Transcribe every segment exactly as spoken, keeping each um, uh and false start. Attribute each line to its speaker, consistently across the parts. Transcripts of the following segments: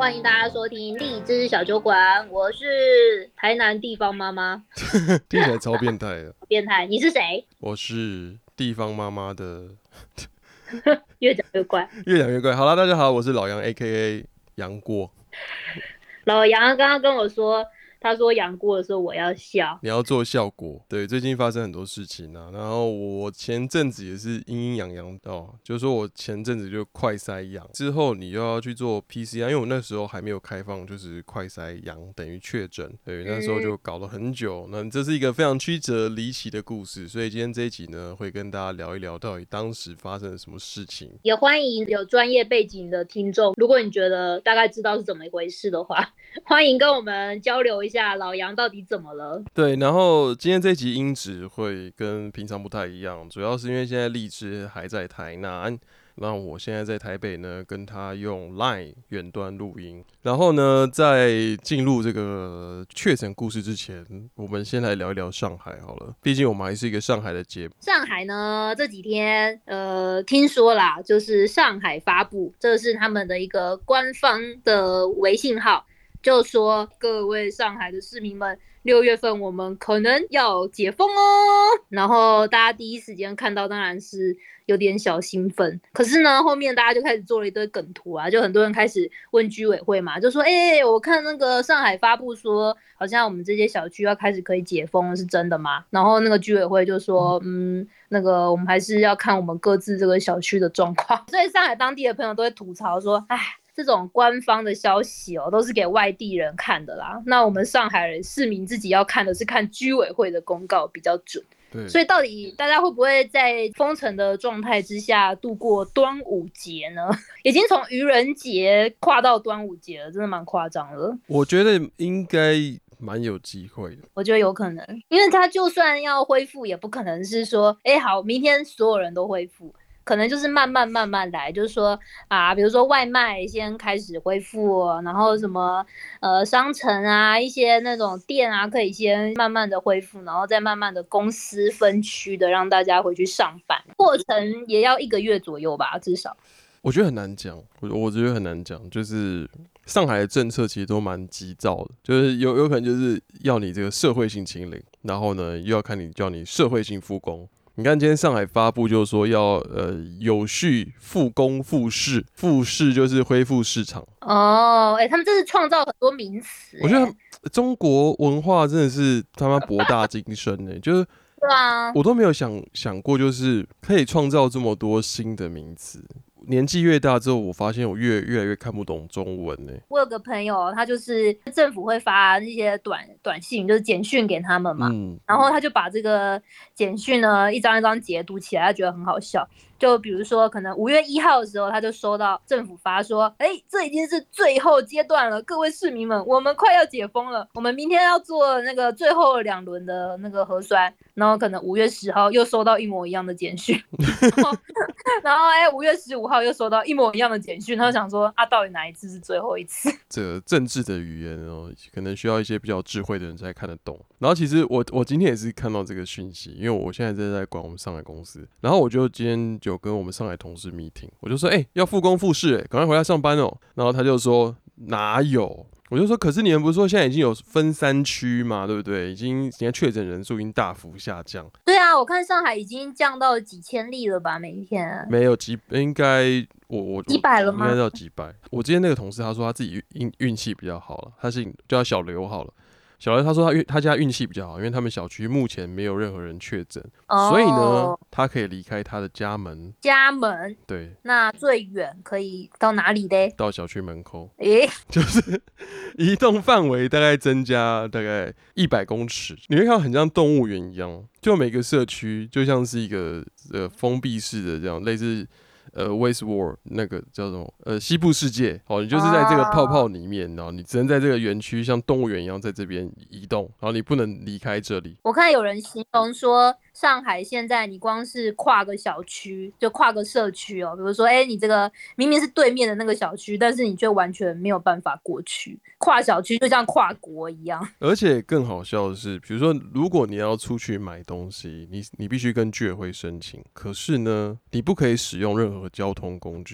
Speaker 1: 欢迎大家收听荔枝小酒馆，我是台南地方妈妈。
Speaker 2: 听起来超变态的。
Speaker 1: 变态，你是谁？
Speaker 2: 我是地方妈妈的，
Speaker 1: 越讲越怪，
Speaker 2: 越讲越怪。好啦，大家好，我是老杨 A K A 杨过。
Speaker 1: 老杨刚刚跟我说，他说杨过的时候我要笑，
Speaker 2: 你要做效果。对，最近发生很多事情啊，然后我前阵子也是阴阴阳阳哦，就是说我前阵子就快筛阳，之后你又要去做 P C R， 因为我那时候还没有开放，就是快筛阳等于确诊，对，那时候就搞了很久。那这是一个非常曲折离奇的故事，所以今天这一集呢，会跟大家聊一聊到底当时发生了什么事情。
Speaker 1: 也欢迎有专业背景的听众，如果你觉得大概知道是怎么一回事的话，欢迎跟我们交流一下，老杨到底怎么了？
Speaker 2: 对，然后今天这一集音质会跟平常不太一样，主要是因为现在荔枝还在台南，那我现在在台北呢，跟他用 Line 远端录音。然后呢，在进入这个确诊故事之前，我们先来聊一聊上海好了，毕竟我们还是一个上海的节目。
Speaker 1: 上海呢这几天，呃，听说啦，就是上海发布，这是他们的一个官方的微信号。就说各位上海的市民们，六月份我们可能要解封哦。然后大家第一时间看到当然是有点小兴奋，可是呢后面大家就开始做了一堆梗图啊，就很多人开始问居委会嘛，就说哎、欸，我看那个上海发布说好像我们这些小区要开始可以解封了，是真的吗？然后那个居委会就说嗯，那个我们还是要看我们各自这个小区的状况。所以上海当地的朋友都会吐槽说，哎，这种官方的消息哦，都是给外地人看的啦。那我们上海人市民自己要看的是看居委会的公告比较准。
Speaker 2: 对，
Speaker 1: 所以到底大家会不会在封城的状态之下度过端午节呢？已经从愚人节跨到端午节了，真的蛮夸张的。
Speaker 2: 我觉得应该蛮有机会的。
Speaker 1: 我觉得有可能，因为他就算要恢复，也不可能是说，哎，好，明天所有人都恢复。可能就是慢慢慢慢来，就是说啊，比如说外卖先开始恢复，然后什么呃商城啊，一些那种店啊，可以先慢慢的恢复，然后再慢慢的公司分区的让大家回去上班，过程也要一个月左右吧，至少。
Speaker 2: 我觉得很难讲，我我觉得很难讲，就是上海的政策其实都蛮急躁的，就是有有可能就是要你这个社会性清零，然后呢又要看你叫你社会性复工。你看今天上海发布就是说要呃有序复工复市，复市就是恢复市场。
Speaker 1: 哦，哎，他们这是创造很多名词。
Speaker 2: 我觉得中国文化真的是他妈博大精深呢，就是
Speaker 1: 对啊，
Speaker 2: 我都没有想想过，就是可以创造这么多新的名词。年纪越大之后，我发现我越越来越看不懂中文呢。
Speaker 1: 我有个朋友，他就是政府会发那些短短信，就是简讯给他们嘛，嗯、然后他就把这个简讯呢一张一张解读起来，他觉得很好笑。就比如说，可能五月一号的时候，他就收到政府发说，哎，这已经是最后阶段了，各位市民们，我们快要解封了，我们明天要做那个最后两轮的那个核酸，然后可能五月十号又收到一模一样的简讯，然后哎，五月十五号又收到一模一样的简讯，他就想说啊，到底哪一次是最后一次？
Speaker 2: 这个政治的语言哦，可能需要一些比较智慧的人才看得懂。然后其实我我今天也是看到这个讯息，因为我现在正在管我们上海公司，然后我就今天有跟我们上海同事 meeting， 我就说哎、欸、要复工复市哎，赶快回来上班哦。然后他就说哪有？我就说可是你们不是说现在已经有分三区嘛，对不对？已经现在确诊人数已经大幅下降。
Speaker 1: 对啊，我看上海已经降到几千例了吧，每一天。
Speaker 2: 没有几，应该我我
Speaker 1: 几百了吗？
Speaker 2: 应该到几百。我之前那个同事他说他自己运运气比较好了，他是叫他小刘好了。小刘他说他他家运气比较好，因为他们小区目前没有任何人确诊，哦、所以呢，他可以离开他的家门。
Speaker 1: 家门
Speaker 2: 对，
Speaker 1: 那最远可以到哪里嘞？
Speaker 2: 到小区门口。
Speaker 1: 诶，
Speaker 2: 就是移动范围大概增加大概一百公尺，你会看到很像动物园一样，就每个社区就像是一个呃封闭式的这样类似。呃 ，Westworld 那个叫什么？呃，西部世界哦，你就是在这个泡泡里面，然后你只能在这个园区像动物园一样在这边移动，然后你不能离开这里。
Speaker 1: 我看有人形容说，上海现在你光是跨个小区，就跨个社区哦，比如说，哎，你这个明明是对面的那个小区，但是你却完全没有办法过去，跨小区就像跨国一样。
Speaker 2: 而且更好笑的是，比如说，如果你要出去买东西，你你必须跟居委会申请，可是呢，你不可以使用任何交通工具。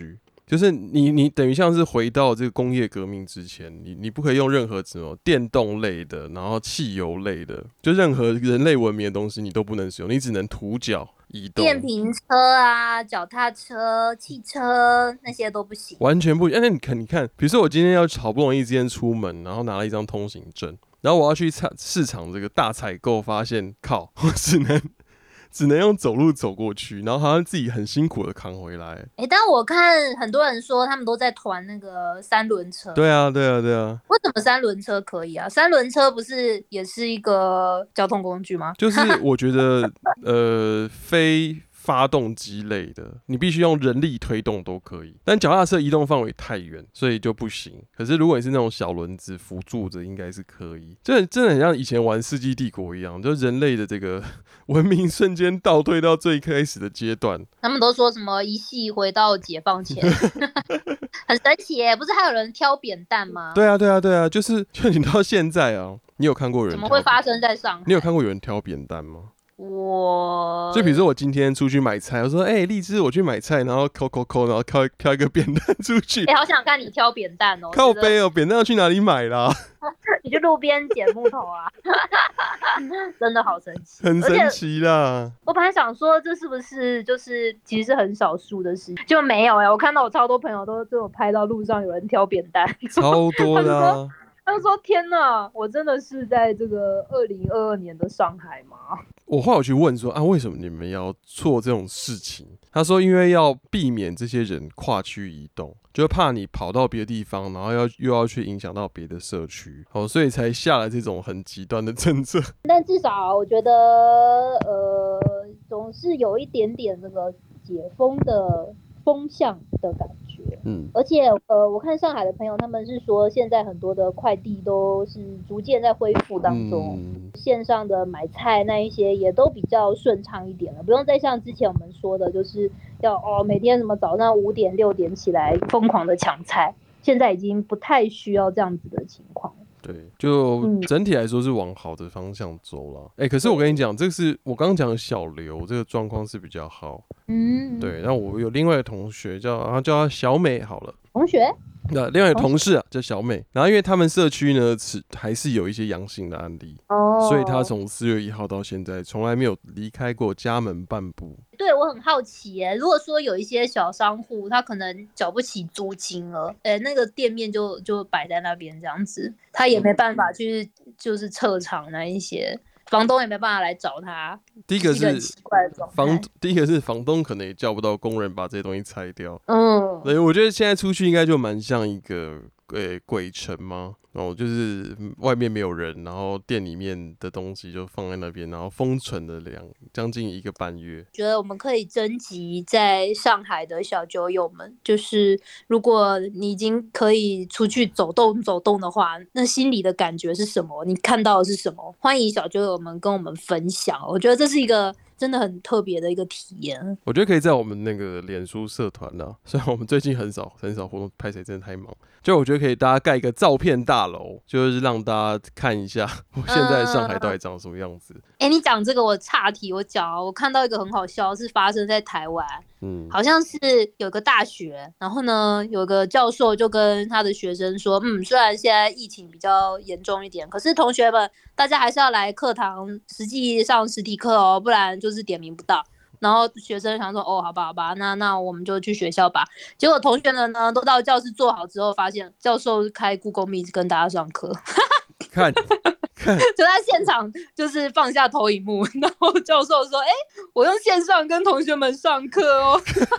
Speaker 2: 就是你你等于像是回到这个工业革命之前，你你不可以用任何什么电动类的，然后汽油类的，就任何人类文明的东西你都不能使用，你只能涂脚移动。
Speaker 1: 电瓶车啊、脚踏车、汽车那些都不行，
Speaker 2: 完全不行。那你看，你看，比如说我今天要好不容易之间出门，然后拿了一张通行证，然后我要去市场这个大采购，发现靠，我只能。只能用走路走过去，然后好像自己很辛苦的扛回来。
Speaker 1: 哎、欸，但我看很多人说他们都在团那个三轮车。
Speaker 2: 对啊，对啊，对啊。
Speaker 1: 为什么三轮车可以啊？三轮车不是也是一个交通工具吗？
Speaker 2: 就是我觉得，呃，非发动机类的，你必须用人力推动都可以，但脚踏车移动范围太远，所以就不行。可是如果你是那种小轮子辅助着，应该是可以。这真的很像以前玩《世纪帝国》一样，就人类的这个文明瞬间倒退到最开始的阶段。
Speaker 1: 他们都说什么一系回到解放前，很神奇耶！不是还有人挑扁担吗？
Speaker 2: 对啊，对啊，对啊，就是就你到现在啊，你有看过有人
Speaker 1: 怎么会发生在上海？
Speaker 2: 你有看过有人挑扁担吗？
Speaker 1: 我
Speaker 2: 就比如说我今天出去买菜，我说哎，荔枝我去买菜，然后抠抠抠，然后挑挑一个扁担出去。
Speaker 1: 哎、欸，好想看你挑扁担哦！
Speaker 2: 靠背哦，扁担要去哪里买啦？
Speaker 1: 你去路边捡木头啊，真的好神奇，
Speaker 2: 很神奇啦！
Speaker 1: 我本来想说这是不是就是其实是很少数的事，就没有哎、欸。我看到我超多朋友都都有拍到路上有人挑扁担，
Speaker 2: 超多的啊。
Speaker 1: 他就说：“天哪，我真的是在这个二零二二年的上海吗？”
Speaker 2: 我后来我去问说啊，为什么你们要做这种事情？他说，因为要避免这些人跨区移动，就怕你跑到别的地方，然后要又要去影响到别的社区，哦，所以才下了这种很极端的政策。
Speaker 1: 但至少我觉得，呃，总是有一点点这个解封的风向的感觉。嗯，而且呃，我看上海的朋友他们是说，现在很多的快递都是逐渐在恢复当中，嗯、线上的买菜那一些也都比较顺畅一点了，不用再像之前我们说的，就是要哦每天什么早上五点六点起来疯狂的抢菜，现在已经不太需要这样子的情况。
Speaker 2: 对，就整体来说是往好的方向走了。哎、欸，可是我跟你讲，这个是我刚刚讲的小刘，这个状况是比较好。嗯，对。那我有另外的同学叫，然后叫他小美好了。
Speaker 1: 同学？
Speaker 2: 那另外有同事啊，叫小美。然后因为他们社区呢，还是有一些阳性的案例，哦，所以他从四月一号到现在，从来没有离开过家门半步。
Speaker 1: 对，我很好奇耶，如果说有一些小商户，他可能缴不起租金了，哎，那个店面就就摆在那边这样子，他也没办法去就是撤场那一些。房东也没办法来找他。
Speaker 2: 第一个是房，第一个是房东可能也叫不到工人把这些东西拆掉。嗯，对，我觉得现在出去应该就蛮像一个呃鬼城吗？哦，就是外面没有人，然后店里面的东西就放在那边，然后封存了两将近一个半月。
Speaker 1: 觉得我们可以征集在上海的小酒友们，就是如果你已经可以出去走动走动的话，那心里的感觉是什么？你看到的是什么？欢迎小酒友们跟我们分享。我觉得这是一个真的很特别的一个体验。
Speaker 2: 我觉得可以在我们那个脸书社团啦，虽然我们最近很少很少活动，拍谁真的太忙。就我觉得可以大家盖一个照片大楼，就是让大家看一下我现在上海到底长什么样子。
Speaker 1: 哎、嗯欸，你讲这个我岔题，我讲我看到一个很好笑，是发生在台湾。嗯，好像是有个大学，然后呢，有个教授就跟他的学生说，嗯，虽然现在疫情比较严重一点，可是同学们大家还是要来课堂实际上实体课哦，不然就是点名不到。然后学生想说，哦，好吧，好吧，那那我们就去学校吧。结果同学们呢，都到教室坐好之后，发现教授开 Google Meet 跟大家上课，
Speaker 2: 看，看，
Speaker 1: 就在现场就是放下投影幕，然后教授说，哎，我用线上跟同学们上课哦。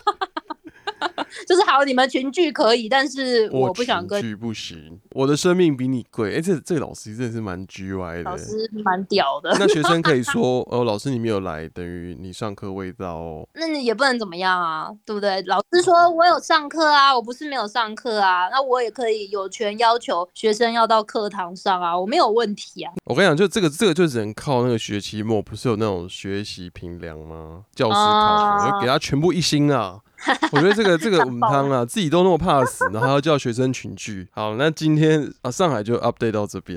Speaker 1: 就是好，你们群聚可以，但是我不想跟
Speaker 2: 群聚不行。我的生命比你贵。哎、欸，这这个老师真的是蛮 G Y 的。
Speaker 1: 老师蛮屌的。
Speaker 2: 那学生可以说，哦，老师你没有来，等于你上课未到哦。
Speaker 1: 那你也不能怎么样啊，对不对？老师说我有上课啊，我不是没有上课啊，那我也可以有权要求学生要到课堂上啊，我没有问题啊。
Speaker 2: 我跟你讲，就这个这个就只能靠那个学期末，不是有那种学习评量吗？教师考核，我、uh... 给他全部一星啊。我觉得这个这个我们汤啊，自己都那么怕死，然后还要叫学生群聚。好，那今天啊，上海就 update 到这边了。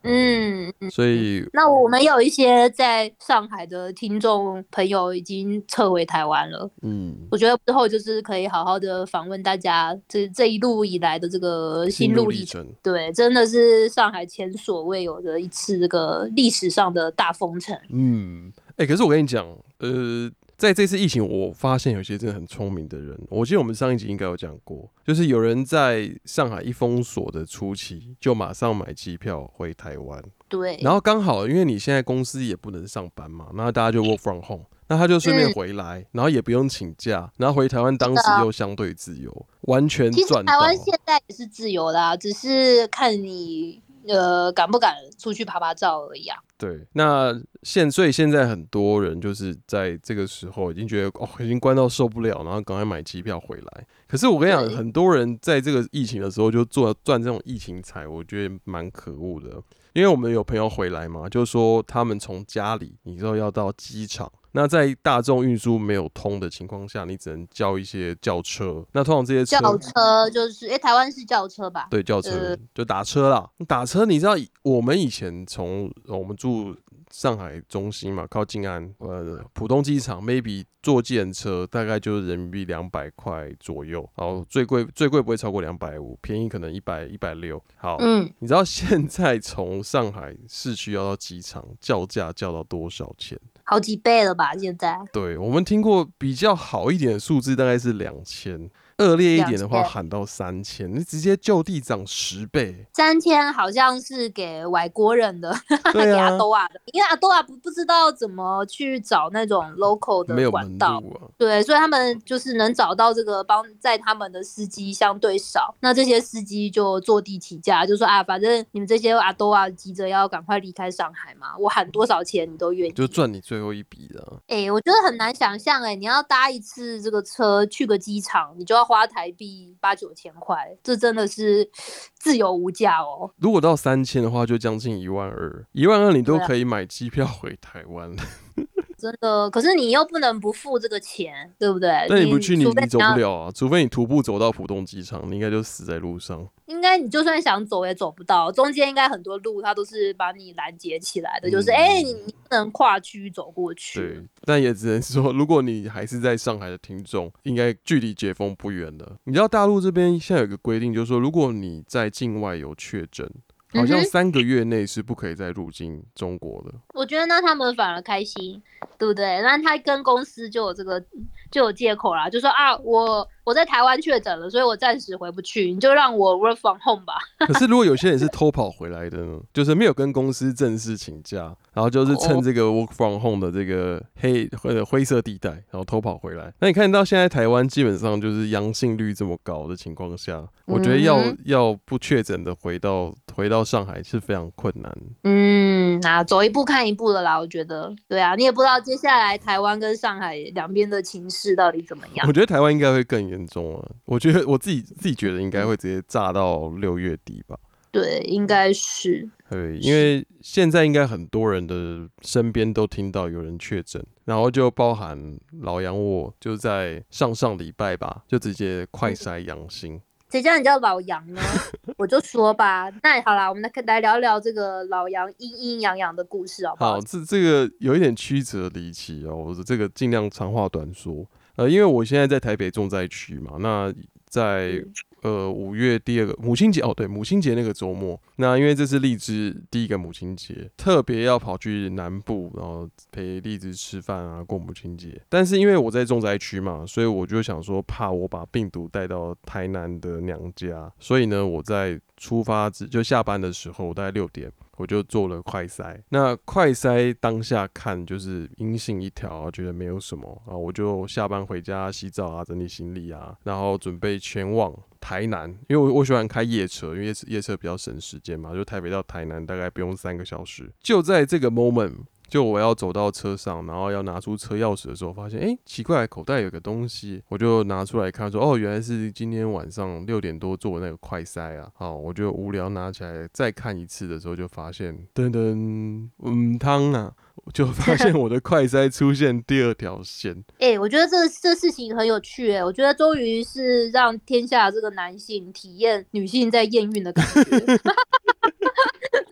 Speaker 1: 嗯嗯，
Speaker 2: 所以
Speaker 1: 那我们有一些在上海的听众朋友已经撤回台湾了。
Speaker 2: 嗯，
Speaker 1: 我觉得之后就是可以好好的访问大家这这一路以来的这个心
Speaker 2: 心路
Speaker 1: 路历程。
Speaker 2: 历程，
Speaker 1: 对，真的是上海前所未有的一次这个历史上的大封城。
Speaker 2: 嗯，哎、欸，可是我跟你讲，呃。在这次疫情，我发现有些真的很聪明的人。我记得我们上一集应该有讲过，就是有人在上海一封锁的初期，就马上买机票回台湾。
Speaker 1: 对，
Speaker 2: 然后刚好，因为你现在公司也不能上班嘛，那大家就 work from home，那他就顺便回来，嗯、然后也不用请假，然后回台湾当时又相对自由，完全赚到。
Speaker 1: 其实台湾现在也是自由的啊，只是看你呃敢不敢出去拍拍照而已啊。
Speaker 2: 对，那现所以现在很多人就是在这个时候已经觉得哦，已经关到受不了，然后赶快买机票回来。可是我跟你讲，很多人在这个疫情的时候就做赚这种疫情财，我觉得蛮可恶的。因为我们有朋友回来嘛，就说他们从家里，你知道要到机场。那在大众运输没有通的情况下，你只能叫一些轿车。那通常这些车
Speaker 1: 轿车就是，哎、欸，台湾是轿车吧？
Speaker 2: 对，轿车、呃、就打车啦。打车，你知道我们以前从我们住上海中心嘛，靠静安，呃，浦东机场 ，maybe 坐计程车大概就是人民币两百块左右，然后最贵最贵不会超过两百五，便宜可能一百一百六。好，嗯，你知道现在从上海市区要到机场叫价叫到多少钱？
Speaker 1: 好几倍了吧？现在
Speaker 2: 对，我们听过比较好一点的数字大概是两千，恶劣一点的话喊到三千，你直接就地涨十倍。
Speaker 1: 三千好像是给外国人的，
Speaker 2: 对啊，
Speaker 1: 给阿多瓦的，因为阿多瓦不不知道怎么去找那种 local 的管道，
Speaker 2: 没有门路啊。
Speaker 1: 对，所以他们就是能找到这个帮载他们的司机相对少，那这些司机就坐地起价，就说啊，反正你们这些阿多瓦急着要赶快离开上海嘛，我喊多少钱你都愿意，
Speaker 2: 就赚你最后一笔了。
Speaker 1: 哎、欸，我觉得很难想象，哎，你要搭一次这个车去个机场，你就要花台币八九千块，这真的是自由无价哦。
Speaker 2: 如果到三千的话，就将近一万二，一万二你都可以买机票回台湾了。
Speaker 1: 真的，可是你又不能不付这个钱，对不对？
Speaker 2: 但你不去，你
Speaker 1: 你
Speaker 2: 你走不了啊，除非你徒步走到浦东机场，你应该就死在路上。
Speaker 1: 应该你就算想走也走不到，中间应该很多路它都是把你拦截起来的，嗯、就是哎、欸，你你不能跨区走过去。
Speaker 2: 对，但也只能说，如果你还是在上海的听众，应该距离解封不远了。你知道大陆这边现在有一个规定，就是说，如果你在境外有确诊，好像三个月内是不可以再入境中国的。
Speaker 1: 我觉得那他们反而开心，对不对？那他跟公司就有这个就有借口啦，就说啊，我我在台湾确诊了，所以我暂时回不去，你就让我 work from home 吧。
Speaker 2: 可是如果有些人是偷跑回来的呢，就是没有跟公司正式请假，然后就是趁这个 work from home 的这个黑或灰色地带，然后偷跑回来。那你看到现在台湾基本上就是阳性率这么高的情况下，我觉得要、嗯、要不确诊的回到回到上海是非常困难。
Speaker 1: 嗯，那走一步看一步了啦，我觉得。对啊，你也不知道接下来台湾跟上海两边的情势到底怎么样。
Speaker 2: 我觉得台湾应该会更严重啊，我觉得我自己自己觉得应该会直接炸到六月底吧。
Speaker 1: 对，应该是。
Speaker 2: 对，因为现在应该很多人的身边都听到有人确诊，然后就包含老杨我，就在上上礼拜吧，就直接快筛阳性。
Speaker 1: 谁叫你叫老杨呢？我就说吧，那好啦，我们来聊聊这个老杨阴阴阳阳的故事好不好？
Speaker 2: 好，这这个有一点曲折离奇哦，我这个尽量长话短说。呃，因为我现在在台北重灾区嘛，那在呃五月第二个母亲节哦，对，母亲节那个周末，那因为这是荔枝第一个母亲节，特别要跑去南部，然后陪荔枝吃饭啊，过母亲节。但是因为我在重灾区嘛，所以我就想说，怕我把病毒带到台南的娘家，所以呢，我在出发就下班的时候，大概六点。我就做了快筛，那快筛当下看就是阴性一条，觉得没有什么啊，我就下班回家洗澡啊，整理行李啊，然后准备前往台南，因为我我喜欢开夜车，因为夜车夜车比较省时间嘛，就台北到台南大概不用三个小时。就在这个 moment。就我要走到车上，然后要拿出车钥匙的时候，发现哎、欸，奇怪，口袋有个东西，我就拿出来看，说哦，原来是今天晚上六点多做的那个快筛啊。好，我就无聊拿起来再看一次的时候，就发现噔噔，嗯汤啊，就发现我的快筛出现第二条线。
Speaker 1: 哎、欸，我觉得这这事情很有趣哎、欸，我觉得终于是让天下这个男性体验女性在验孕的感觉。对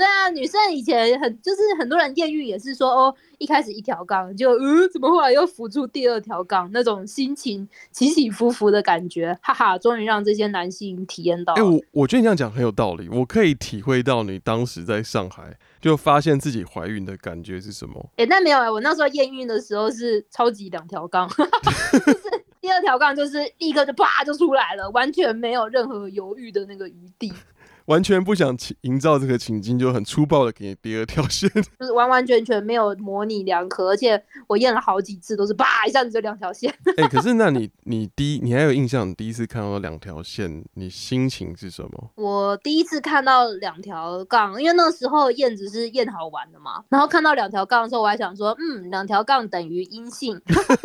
Speaker 1: 啊，女生以前很就是很多人艳遇也是说哦，一开始一条杠就呃怎么后来又浮出第二条杠，那种心情起起伏伏的感觉，哈哈，终于让这些男性体验到了。
Speaker 2: 哎、欸，我我觉得你这样讲很有道理，我可以体会到你当时在上海就发现自己怀孕的感觉是什么。
Speaker 1: 哎、欸，但没有哎、欸，我那时候验孕的时候是超级两条杠，就是第二条杠就是立刻就啪就出来了，完全没有任何犹豫的那个余地。
Speaker 2: 完全不想营造这个情境，就很粗暴的给你第二条线，
Speaker 1: 就是完完全全没有模棱两可，而且我验了好几次都是啪一下子就两条线。
Speaker 2: 哎、欸，可是那你你第一你还有印象，你第一次看到两条线，你心情是什么？
Speaker 1: 我第一次看到两条杠，因为那时候验只是验好玩的嘛，然后看到两条杠的时候，我还想说，嗯，两条杠等于阴性。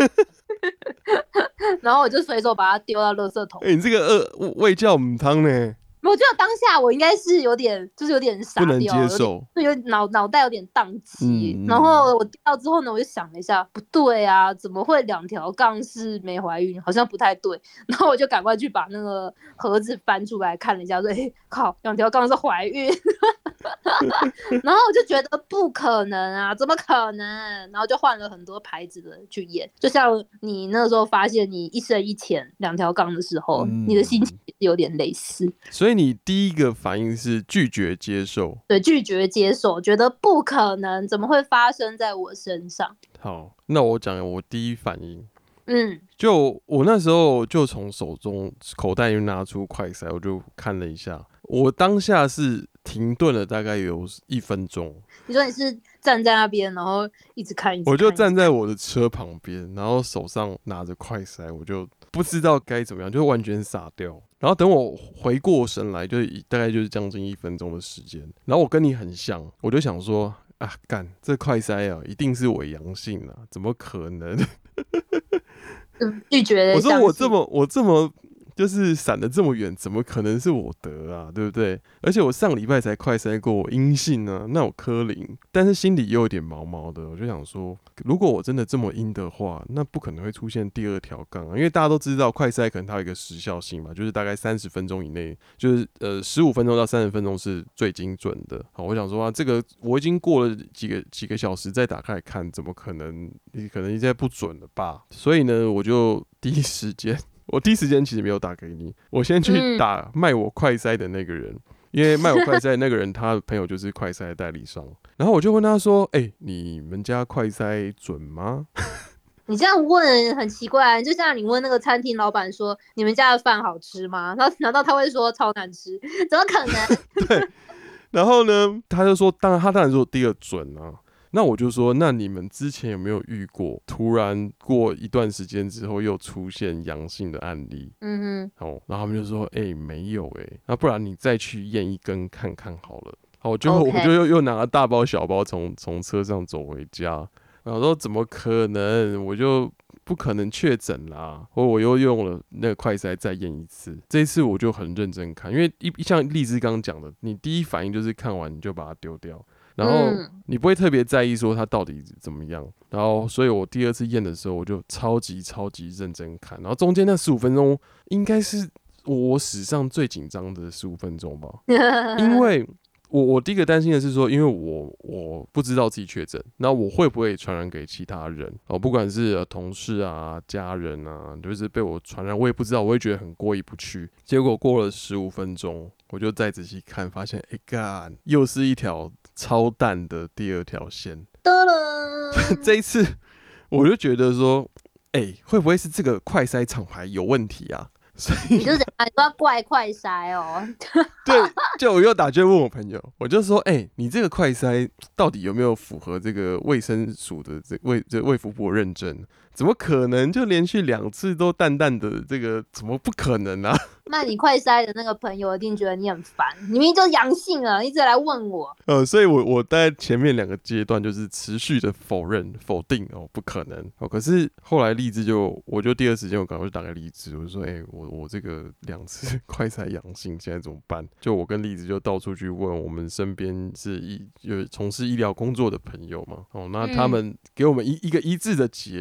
Speaker 1: 然后我就随手把它丢到垃圾桶。
Speaker 2: 哎、欸，你这个呃喂教母汤呢？
Speaker 1: 我觉得当下我应该是有点，就是有点傻掉，
Speaker 2: 不能接受，
Speaker 1: 就有脑脑袋有点宕机、
Speaker 2: 嗯。
Speaker 1: 然后我丢到之后呢，我就想了一下，不对啊，怎么会两条杠是没怀孕？好像不太对。然后我就赶快去把那个盒子翻出来看了一下，说：“哎、欸，靠，两条杠是怀孕。”然后我就觉得不可能啊，怎么可能？然后就换了很多牌子的去验，就像你那时候发现你一生一浅两条杠的时候、嗯，你的心情有点类似。
Speaker 2: 所以你第一个反应是拒绝接受，
Speaker 1: 对，拒绝接受，觉得不可能，怎么会发生在我身上？
Speaker 2: 好，那我讲我第一反应。
Speaker 1: 嗯，
Speaker 2: 就我那时候就从手中口袋里拿出快筛，我就看了一下，我当下是停顿了大概有一分钟。
Speaker 1: 你说你是站在那边，然后一直看，一直看，
Speaker 2: 我就站在我的车旁边，然后手上拿着快筛，我就不知道该怎么样，就完全傻掉。然后等我回过神来，就大概就是将近一分钟的时间。然后我跟你很像，我就想说啊，干这快筛啊，一定是我阳性啊，怎么可能？
Speaker 1: 嗯，拒绝。
Speaker 2: 我说我这么我这么就是闪得这么远，怎么可能是我得啊？对不对？而且我上礼拜才快筛过，我阴性啊，那我科零，但是心里又有点毛毛的。我就想说，如果我真的这么阴的话，那不可能会出现第二条杠啊，因为大家都知道快筛可能它有一个时效性嘛，就是大概三十分钟以内，就是呃十五分钟到三十分钟是最精准的。好，我想说啊，这个我已经过了几个几个小时再打开来看，怎么可能？你可能现在不准了吧？所以呢，我就第一时间。我第一时间其实没有打给你，我先去打卖我快筛的那个人，嗯、因为卖我快筛的那个人他的朋友就是快筛的代理商，然后我就问他说：“哎、欸，你们家快筛准吗？”
Speaker 1: 你这样问很奇怪，就像你问那个餐厅老板说：“你们家的饭好吃吗？”然后难道他会说超难吃？怎么可能？
Speaker 2: 对，然后呢，他就说：“当然，他当然说第二准啊。”那我就说，那你们之前有没有遇过突然过一段时间之后又出现阳性的案例？嗯哼，哦，然后他们就说，哎、欸，没有哎、欸，那不然你再去验一根看看好了。好，我就、okay. 我就又又拿了大包小包从从车上走回家，然后说怎么可能？我就不可能确诊啦！或我又用了那个快筛再验一次，这一次我就很认真看，因为一像荔枝刚刚讲的，你第一反应就是看完你就把它丢掉。然后你不会特别在意说它到底怎么样，然后所以我第二次验的时候，我就超级超级认真看，然后中间那十五分钟应该是我史上最紧张的十五分钟吧，因为我我第一个担心的是说，因为我我不知道自己确诊，那我会不会传染给其他人哦？不管是、呃、同事啊、家人啊，就是被我传染，我也不知道，我会觉得很过意不去。结果过了十五分钟，我就再仔细看，发现哎干，又是一条超淡的第二条线。这一次我就觉得说，哎、欸，会不会是这个快筛厂牌有问题啊？所以
Speaker 1: 你就讲你要怪快筛哦。
Speaker 2: 对，就我又打电话问我朋友，我就说，哎、欸，你这个快筛到底有没有符合这个卫生署的这卫这卫福部认证？怎么可能就连续两次都淡淡的？这个怎么不可能啊？
Speaker 1: 那你快筛的那个朋友一定觉得你很烦，你明明就阳性了，一直来问我。
Speaker 2: 呃，所以我我在前面两个阶段就是持续的否认、否定哦，不可能哦。可是后来荔枝就，我就第二时间我赶快就打给荔枝，我就说，哎、欸，我我这个两次快筛阳性，现在怎么办？就我跟荔枝就到处去问我们身边是医有从事医疗工作的朋友嘛，哦，那他们给我们一一个一致的结论，就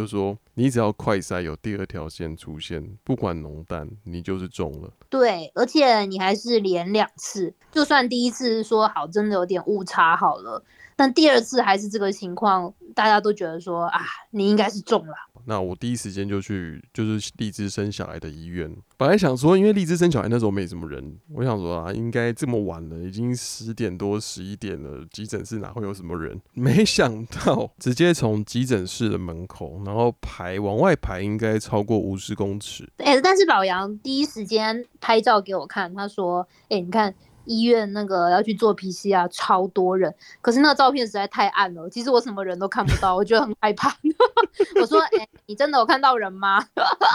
Speaker 2: 就说你只要快筛有第二条线出现，不管浓淡，你就是中了。
Speaker 1: 对，而且你还是连两次，就算第一次说好真的有点误差好了，但第二次还是这个情况，大家都觉得说啊，你应该是中了。
Speaker 2: 那我第一时间就去，就是荔枝生小孩的医院。本来想说，因为荔枝生小孩那时候没什么人，我想说啊，应该这么晚了，已经十点多、十一点了，急诊室哪会有什么人？没想到直接从急诊室的门口，然后排往外排，应该超过五十公尺。
Speaker 1: 哎、欸，但是老杨第一时间拍照给我看，他说：“哎、欸，你看。”医院那个要去做 P C R 超多人，可是那个照片实在太暗了，其实我什么人都看不到，我觉得很害怕。我说：“哎、欸，你真的有看到人吗？”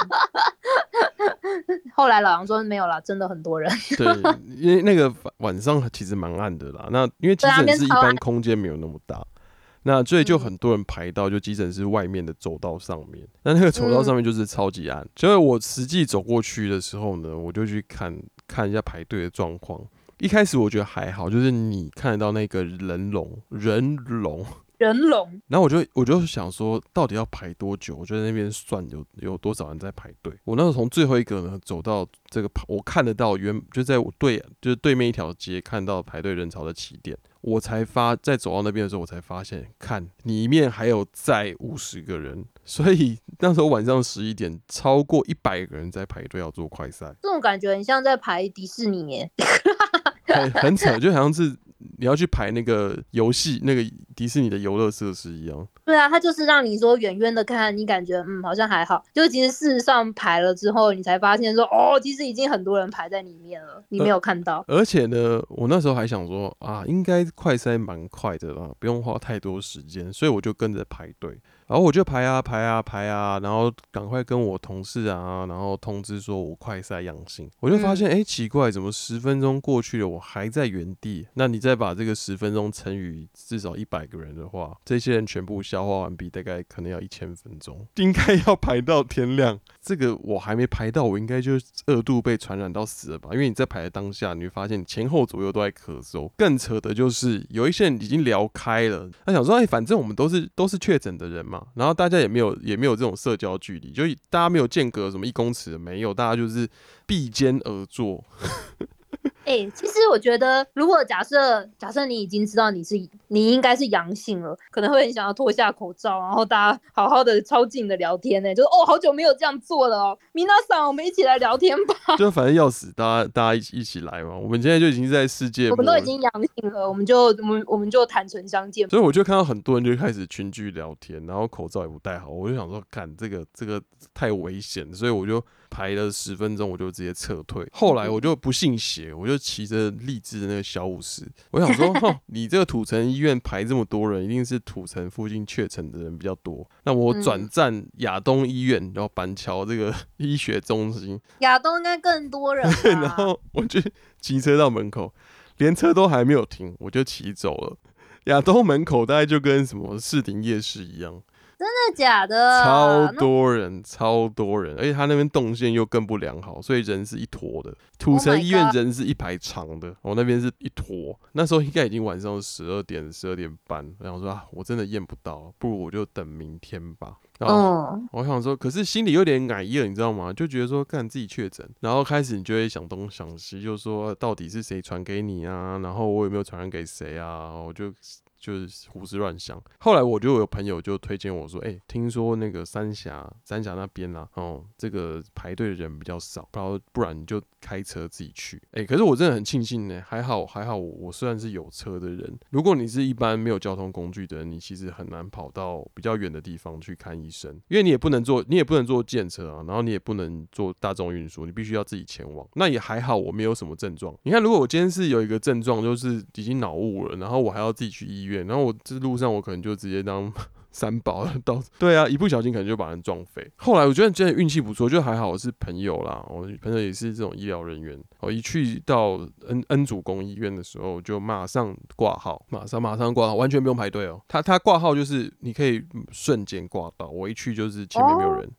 Speaker 1: 后来老杨说没有啦，真的很多人。
Speaker 2: 对，因为那个晚上其实蛮暗的啦。那因为急诊室一般空间没有那么大，那所以就很多人排到就急诊室外面的走道上面。那那个走道上面就是超级暗，所以我实际走过去的时候呢，我就去看看一下排队的状况。一开始我觉得还好，就是你看得到那个人龙，人龙，
Speaker 1: 人龙。
Speaker 2: 然后我就我就想说，到底要排多久？我就在那边算有有多少人在排队。我那时候从最后一个呢走到这个，我看得到原就在我对就是对面一条街看到排队人潮的起点，我才发在走到那边的时候，我才发现，看里面还有再五十个人，所以那时候晚上十一点，超过一百个人在排队要做快筛。
Speaker 1: 这种感觉很像在排迪士尼耶。
Speaker 2: 很很扯，就好像是你要去排那个游戏，那个迪士尼的游乐设施一样。
Speaker 1: 对啊，他就是让你说远远的看，你感觉嗯好像还好，就其实事实上排了之后，你才发现说哦，其实已经很多人排在里面了，你没有看到。
Speaker 2: 而, 而且呢，我那时候还想说啊，应该快筛蛮快的啦，不用花太多时间，所以我就跟着排队。然后我就排啊排啊排啊，然后赶快跟我同事啊，然后通知说我快筛阳性。我就发现，哎、嗯欸，奇怪，怎么十分钟过去了，我还在原地？那你再把这个十分钟乘以至少一百个人的话，这些人全部消化完毕，大概可能要一千分钟，应该要排到天亮。这个我还没排到，我应该就二度被传染到死了吧？因为你在排的当下，你会发现前后左右都在咳嗽。更扯的就是有一些人已经聊开了，他想说，哎、欸，反正我们都是都是确诊的人嘛。然后大家也没有也没有这种社交距离，就大家没有间隔什么一公尺的没有，大家就是并肩而坐。
Speaker 1: 哎、欸，其实我觉得，如果假设假设你已经知道你是你应该是阳性了，可能会很想要脱下口罩，然后大家好好的超近的聊天呢、欸，就是哦，好久没有这样做了哦，米娜桑，我们一起来聊天吧。
Speaker 2: 就反正要死，大家大家一起一起来嘛。我们现在就已经在世界末日，
Speaker 1: 我们都已经阳性了，我们就我们我们就坦诚相见。
Speaker 2: 所以我就看到很多人就开始群聚聊天，然后口罩也不戴好，我就想说，干这个这个太危险，所以我就排了十分钟，我就直接撤退。后来我就不信邪，我就骑着励志的那个小五十，我想说，哼，你这个土城医院排这么多人，一定是土城附近确诊的人比较多。那我转战亚东医院，然后板桥这个医学中心，
Speaker 1: 亚东应该更多人。
Speaker 2: 对，然后我就骑车到门口，连车都还没有停，我就骑走了。亚东门口大概就跟什么士林夜市一样。
Speaker 1: 真的假的？
Speaker 2: 超多人，超多人，而且他那边动线又更不良好，所以人是一坨的。土城医院人是一排长的，我、oh 那边是一坨。那时候应该已经晚上十二点、十二点半，我想说啊，我真的验不到，不如我就等明天吧。然后我想说，可是心里有点矮了，你知道吗？就觉得说，干自己确诊，然后开始你就会想东想西，就说到底是谁传给你啊？然后我有没有传染给谁啊？我就。就是胡思乱想。后来我就有朋友就推荐我说，哎、欸，听说那个三峡三峡那边啊，哦，这个排队的人比较少，然后不然你就开车自己去。哎、欸，可是我真的很庆幸呢，还好还好我，我虽然是有车的人，如果你是一般没有交通工具的人，你其实很难跑到比较远的地方去看医生，因为你也不能坐，你也不能坐电车啊，然后你也不能坐大众运输，你必须要自己前往。那也还好，我没有什么症状。你看，如果我今天是有一个症状，就是已经脑雾了，然后我还要自己去医院。然后我这路上我可能就直接当三宝到，对啊，一不小心可能就把人撞飞。后来我觉得真的运气不错，就还好我是朋友啦，我朋友也是这种医疗人员。我一去到恩恩主公医院的时候，就马上挂号，马上马上挂号，完全不用排队哦。他他挂号就是你可以瞬间挂到，我一去就是前面没有人。哦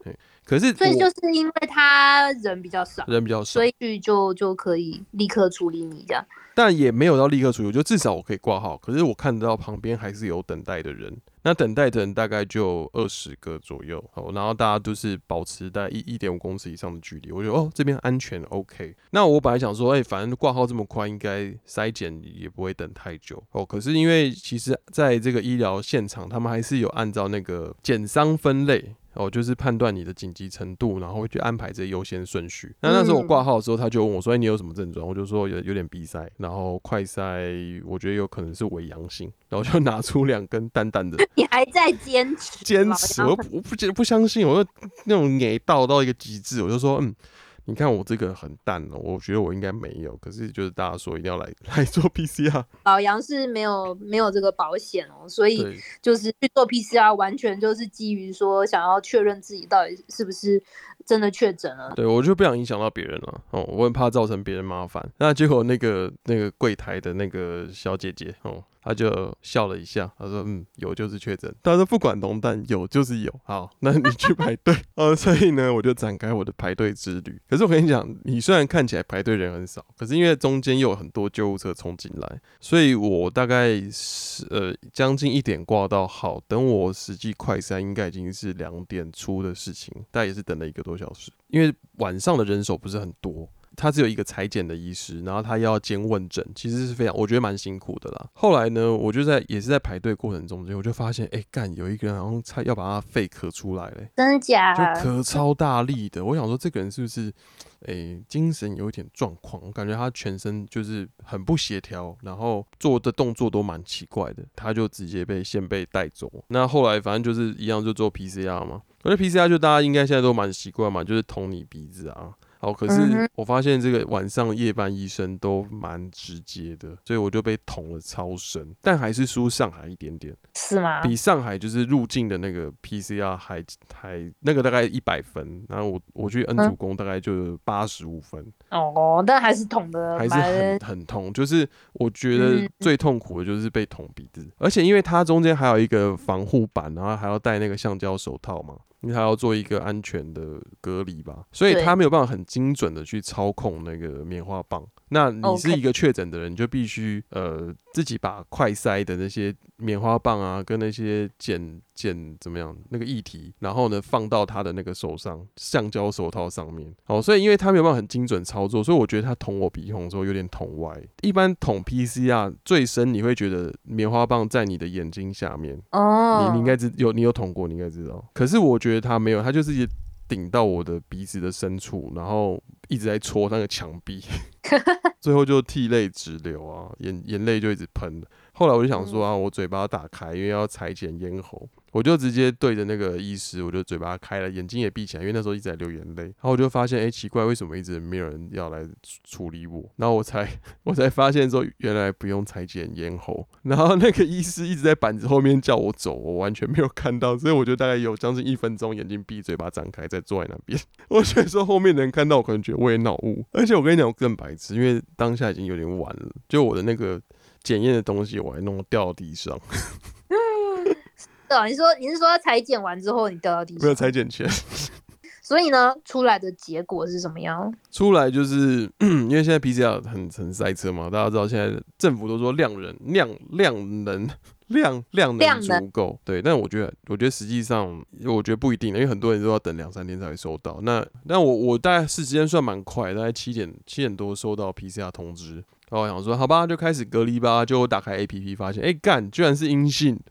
Speaker 2: 可是
Speaker 1: 所以就是因为他人比较少，
Speaker 2: 人比较少，
Speaker 1: 所以就就可以立刻处理你这样。
Speaker 2: 但也没有到立刻处理，我觉得至少我可以挂号。可是我看得到旁边还是有等待的人，那等待的人大概就二十个左右，然后大家都是保持在一一点五公尺以上的距离。我觉得哦，这边安全 OK。那我本来想说，哎、欸，反正挂号这么快，应该筛检也不会等太久哦。可是因为其实在这个医疗现场，他们还是有按照那个检伤分类。哦，就是判断你的紧急程度，然后会去安排这些优先顺序。那那时候我挂号的时候，他就问我说：“哎、欸，你有什么症状？”我就说有有点鼻塞，然后快筛，我觉得有可能是伪阳性，然后就拿出两根淡淡的。
Speaker 1: 你还在坚持？
Speaker 2: 坚持，我不我不不相信，我就那种给倒到一个极致，我就说嗯。你看我这个很淡哦，我觉得我应该没有，可是就是大家说一定要来来做 P C R。
Speaker 1: 老杨是没有没有这个保险哦，所以就是去做 P C R 完全就是基于说想要确认自己到底是不是真的确诊了。
Speaker 2: 对，我就不想影响到别人了哦，我很怕造成别人麻烦。那结果那个那个柜台的那个小姐姐哦。他就笑了一下，他说：“嗯，有就是确诊。”他说：“不管浓淡，有就是有。好，那你去排队。”哦，所以呢，我就展开我的排队之旅。可是我跟你讲，你虽然看起来排队人很少，可是因为中间又有很多救护车冲进来，所以我大概是呃将近一点挂到号，等我实际快筛应该已经是两点出的事情，大概也是等了一个多小时，因为晚上的人手不是很多。他只有一个采检的医师，然后他要兼问诊，其实是非常，我觉得蛮辛苦的啦。后来呢，我就在也是在排队过程中间，我就发现，哎、欸，干有一个人好像差要把他肺咳出来嘞，
Speaker 1: 真的假？
Speaker 2: 就咳超大力的。我想说，这个人是不是，哎、欸，精神有一点状况？我感觉他全身就是很不协调，然后做的动作都蛮奇怪的，他就直接被先被带走。那后来反正就是一样，就做 P C R 嘛。我觉得 P C R 就大家应该现在都蛮习惯嘛，就是捅你鼻子啊。好，可是我发现这个晚上夜班医生都蛮直接的，所以我就被捅了超深，但还是输上海一点点。
Speaker 1: 是吗？
Speaker 2: 比上海就是入境的那个 P C R 还还那个大概一百分，然后我我去恩主公大概就八十五分。
Speaker 1: 哦，但还是捅的，
Speaker 2: 还是很很痛。就是我觉得最痛苦的就是被捅鼻子，嗯、而且因为它中间还有一个防护板，然后还要戴那个橡胶手套嘛。因为他要做一个安全的隔离吧，所以他没有办法很精准的去操控那个棉花棒。那你是一个确诊的人，你就必须呃自己把快筛的那些棉花棒啊，跟那些检检怎么样那个液体，然后呢放到他的那个手上橡胶手套上面。哦，所以因为他没有办法很精准操作，所以我觉得他捅我鼻孔的时候有点捅歪。一般捅 P C R 最深，你会觉得棉花棒在你的眼睛下面。哦，你你应该知有你有捅过，你应该知道。可是我觉得他没有，他就是顶到我的鼻子的深处，然后一直在戳那个墙壁，最后就涕泪直流啊，眼眼泪就一直喷。后来我就想说啊，我嘴巴打开，因为要裁剪咽喉，我就直接对着那个医师，我就嘴巴开了，眼睛也闭起来，因为那时候一直在流眼泪。然后我就发现，哎、欸，奇怪，为什么一直没有人要来处理我？然后我才我才发现说，原来不用裁剪咽喉。然后那个医师一直在板子后面叫我走，我完全没有看到，所以我就大概有将近一分钟，眼睛闭，嘴巴张开，再坐在那边。我觉得说后面的人看到我，可能觉得我也脑雾。而且我跟你讲，我更白痴，因为当下已经有点晚了，就我的那个检验的东西，我还弄掉到地上。
Speaker 1: 对啊，你说你是说裁剪完之后你掉到地上？
Speaker 2: 没有裁剪前。
Speaker 1: 所以呢，出来的结果是什么样？
Speaker 2: 出来就是因为现在 P C R 很很塞车嘛，大家知道现在政府都说量人量量能量量能足够，对，但我觉得我觉得实际上我觉得不一定，因为很多人都要等两三天才会收到。那那我我大概时间算蛮快，大概七点七点多收到 P C R 通知。然后我想说，好吧，就开始隔离吧。就我打开 A P P 发现，哎干，居然是阴性。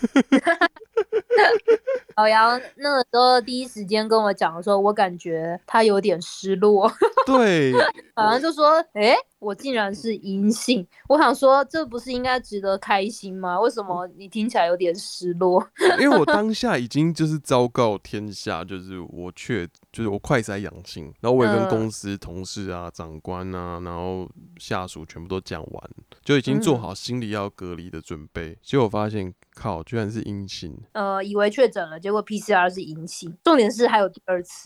Speaker 1: 老杨那个时候第一时间跟我讲的时候，我感觉他有点失落。
Speaker 2: 对，
Speaker 1: 好像就说，哎、欸，我竟然是阴性。我想说，这不是应该值得开心吗？为什么你听起来有点失落？
Speaker 2: 因为我当下已经就是昭告天下，就是我确就是我快筛阳性，然后我也跟公司同事啊、长官啊，然后下属全部都讲完，就已经做好心理要隔离的准备。结果我发现，靠，居然是阴性。
Speaker 1: 呃，以为确诊了，结果 P C R 是阴性。重点是还有第二次。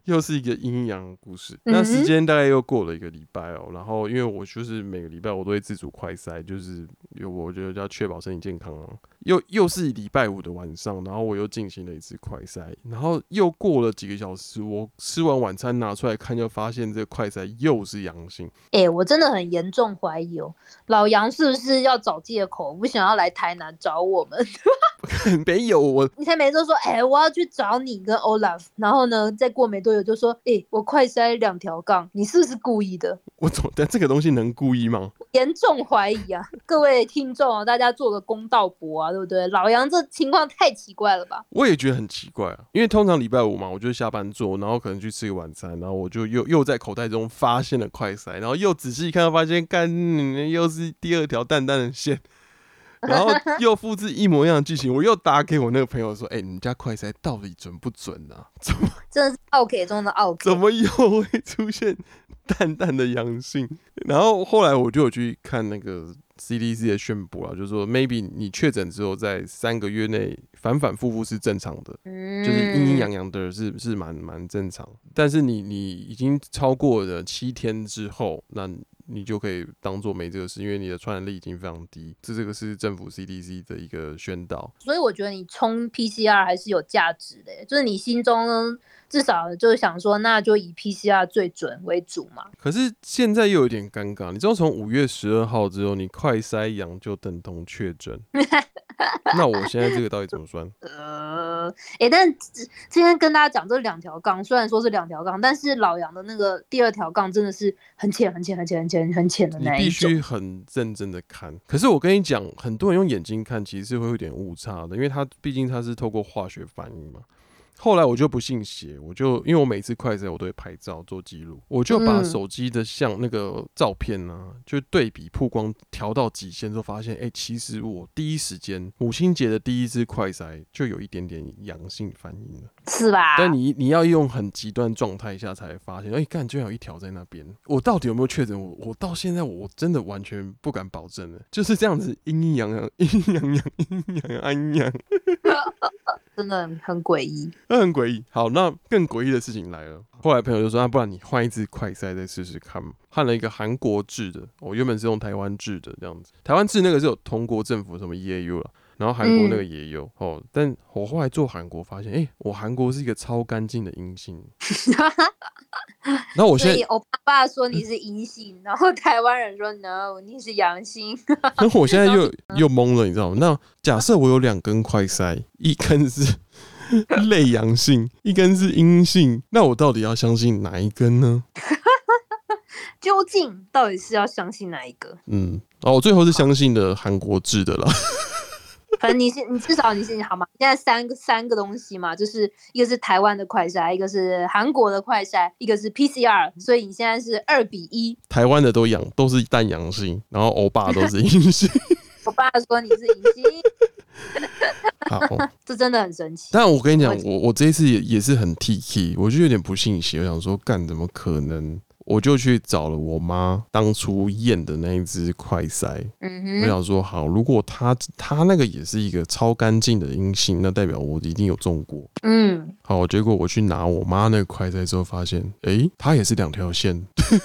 Speaker 2: 又是一个阴阳故事。
Speaker 1: 嗯、
Speaker 2: 那时间大概又过了一个礼拜哦，然后因为我就是每个礼拜我都会自主快筛，就是我觉得要确保身体健康啊。又又是礼拜五的晚上，然后我又进行了一次快筛，然后又过了几个小时，我吃完晚餐拿出来看，就发现这个快筛又是阳性。
Speaker 1: 哎、欸，我真的很严重怀疑哦，老杨是不是要找借口，不想要来台南找我们？
Speaker 2: 没有我，
Speaker 1: 你才没说说，哎、欸，我要去找你跟 Olaf， 然后呢，再过没多久就说，哎、欸，我快筛两条杠，你是不是故意的？
Speaker 2: 我怎但这个东西能故意吗？
Speaker 1: 严重怀疑啊！各位听众啊，大家做个公道伯啊，对不对？老杨这情况太奇怪了吧？
Speaker 2: 我也觉得很奇怪啊，因为通常礼拜五嘛，我就下班做，然后可能去吃个晚餐，然后我就又又在口袋中发现了快筛，然后又仔细看到发现，干，又是第二条淡淡的线。然后又复制一模一样的剧情，我又打给我那个朋友说：“哎、欸，你们家快筛到底准不准啊？怎么
Speaker 1: 真的是奥 K 中的奥 K？
Speaker 2: 怎么又会出现淡淡的阳性？”然后后来我就有去看那个 C D C 的宣布啊，就是说 maybe 你确诊之后在三个月内反反复复是正常的，嗯、就是阴阴阳阳的是是蛮蛮正常。但是你你已经超过了七天之后，那你就可以当做没这个事，因为你的传染力已经非常低。这这个是政府 C D C 的一个宣导。
Speaker 1: 所以我觉得你冲 P C R 还是有价值的，就是你心中至少就是想说，那就以 P C R 最准为主嘛。
Speaker 2: 可是现在又有点尴尬，你知道从五月十二号之后，你快筛阳就等同确诊。那我现在这个到底怎么算？
Speaker 1: 呃，哎、欸，但今天跟大家讲这两条杠，虽然说是两条杠，但是老杨的那个第二条杠真的是很浅、很浅、很浅、很浅、很浅的那一种。
Speaker 2: 你必须很认真的看。可是我跟你讲，很多人用眼睛看，其实是会有点误差的，因为它毕竟它是透过化学反应嘛。后来我就不信邪，我就因为我每次快筛我都会拍照做记录，我就把手机的像那个照片啊，就对比曝光调到极限之后，发现哎、欸，其实我第一时间母亲节的第一支快筛就有一点点阳性反应了，
Speaker 1: 是吧？
Speaker 2: 但你你要用很极端状态下才发现，哎、欸，干居然有一条在那边，我到底有没有确诊？我我到现在我真的完全不敢保证了，就是这样子阴阴阳阳，阴阴阳阳，阴阴阳阳，安阴阳。
Speaker 1: 真的很诡异，
Speaker 2: 那很诡异。好，那更诡异的事情来了。后来朋友就说：“啊，不然你换一支快筛再试试看。”换了一个韩国制的，我原本是用台湾制的这样子。台湾制那个是有通过政府什么 E A U 了，然后韩国那个也有、嗯、哦。但我后来做韩国发现，哎、欸，我韩国是一个超干净的阴性。然后我现在，
Speaker 1: 所以我爸爸说你是阴性，然后台湾人说 no， 你是阳性。
Speaker 2: 然后我现在又又懵了，你知道吗？那假设我有两根快筛，一根是类阳性，一根是阴性，那我到底要相信哪一根呢？
Speaker 1: 究竟到底是要相信哪一个？
Speaker 2: 嗯，哦，我最后是相信的韩国制的啦。
Speaker 1: 反正你是你至少你是好吗？现在三个三个东西嘛，就是一个是台湾的快筛，一个是韩国的快筛，一个是 P C R， 所以你现在是二比一。
Speaker 2: 台湾的都阳都是淡阳性，然后欧巴都是阴性。
Speaker 1: 我爸说你是阴性。
Speaker 2: 好，
Speaker 1: 这真的很神奇。
Speaker 2: 但我跟你讲，我我这一次也也是很 T K， 我就有点不信邪，我想说干怎么可能？我就去找了我妈当初验的那一支快筛，嗯、我想说好，如果她她那个也是一个超干净的阴性，那代表我一定有中过。嗯，好，结果我去拿我妈那个快筛之后，发现，哎、欸，它也是两条线，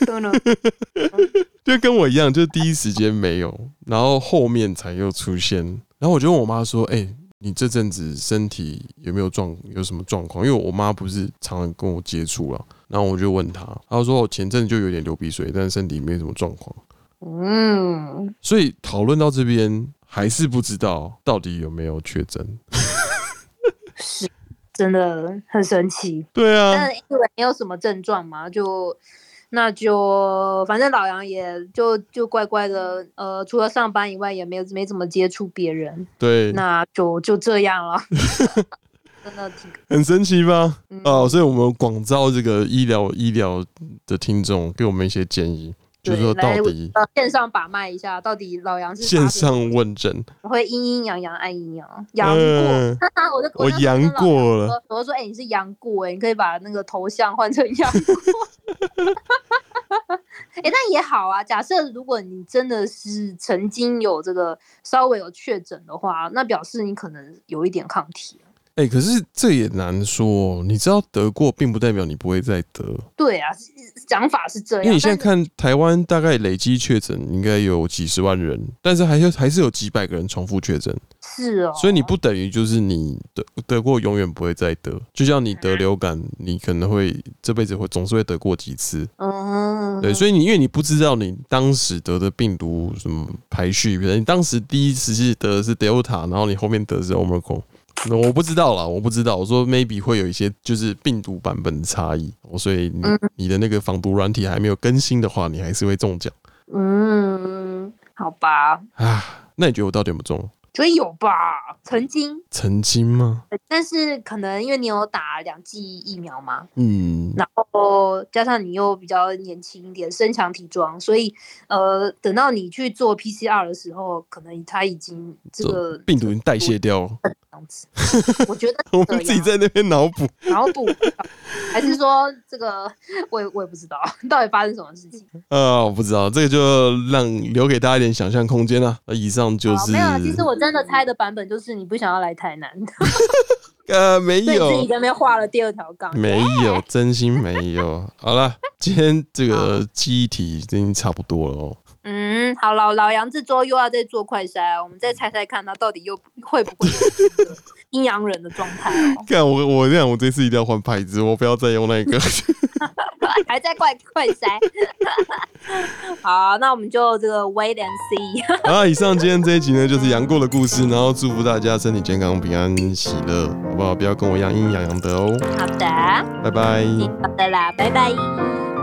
Speaker 2: 就跟我一样，就第一时间没有，然后后面才又出现。然后我就问我妈说，哎、欸。你这阵子身体有没有状有什么状况？因为我妈不是常常跟我接触了，然后我就问她，她说我前阵子就有点流鼻水，但是身体没什么状况。嗯，所以讨论到这边，还是不知道到底有没有确诊。
Speaker 1: 是，真的很神奇。
Speaker 2: 对啊，
Speaker 1: 但因为没有什么症状嘛，就。那就反正老杨也就就乖乖的，呃，除了上班以外，也没有没怎么接触别人。
Speaker 2: 对，
Speaker 1: 那就就这样了。真的挺
Speaker 2: 很神奇吧？嗯、哦，所以我们广招这个医疗医疗的听众，给我们一些建议，就是说到底
Speaker 1: 呃线上把脉一下，到底老杨是
Speaker 2: 线上问诊，
Speaker 1: 会阴阴阳阳暗阴阳阳过，嗯、我就
Speaker 2: 我阳过了，
Speaker 1: 我就说哎、欸、你是阳过哎、欸，你可以把那个头像换成阳过。哎、欸，那也好啊。假设如果你真的是曾经有这个稍微有确诊的话，那表示你可能有一点抗体。
Speaker 2: 哎、欸，可是这也难说，你知道得过并不代表你不会再得。
Speaker 1: 对啊，讲法是这样。
Speaker 2: 因为你现在看台湾大概累积确诊应该有几十万人，但是还是还是有几百个人重复确诊。
Speaker 1: 是哦，
Speaker 2: 所以你不等于就是你得得过永远不会再得，就像你得流感，你可能会这辈子会总是会得过几次。嗯，对，所以你因为你不知道你当时得的病毒什么排序，比如你当时第一次得的是 Delta， 然后你后面得的是 Omicron。我不知道啦，我不知道。我说 maybe 会有一些就是病毒版本的差异，所以 你,、嗯、你的那个防毒软体还没有更新的话，你还是会中奖。
Speaker 1: 嗯，好吧。
Speaker 2: 啊，那你觉得我到底有没有中？
Speaker 1: 觉得有吧，曾经。
Speaker 2: 曾经吗？
Speaker 1: 但是可能因为你有打两剂疫苗嘛，
Speaker 2: 嗯，
Speaker 1: 然后加上你又比较年轻一点，身强体壮，所以呃，等到你去做 P C R 的时候，可能它已经这个
Speaker 2: 病毒已经代谢掉了。
Speaker 1: 这样子，我觉得
Speaker 2: 我们自己在那边脑补，
Speaker 1: 脑补，还是说这个我也我也不知道到底发生什么事情。
Speaker 2: 呃，我不知道，这个就让留给大家一点想象空间啦。那以上就是、
Speaker 1: 哦、没有，其实我真的猜的版本就是你不想要来台南。
Speaker 2: 呃，没有，
Speaker 1: 所以自己在那边画了第二条杠，
Speaker 2: 没有，真心没有。好了，今天这个记忆题已经差不多了哦。
Speaker 1: 嗯，好了，老杨这周又要再做快筛，我们再猜猜看他到底又会不会有阴阳人的状态哦。
Speaker 2: 看我，我这样，我这次一定要换牌子，我不要再用那个。
Speaker 1: 还在快快筛。好，那我们就这个 wait and see。
Speaker 2: 好，以上今天这一集呢，就是杨过的故事，然后祝福大家身体健康、平安喜乐，好不好？不要跟我一样阴阴阳阳的哦。
Speaker 1: 好的，
Speaker 2: 拜拜。
Speaker 1: 好的啦，拜拜。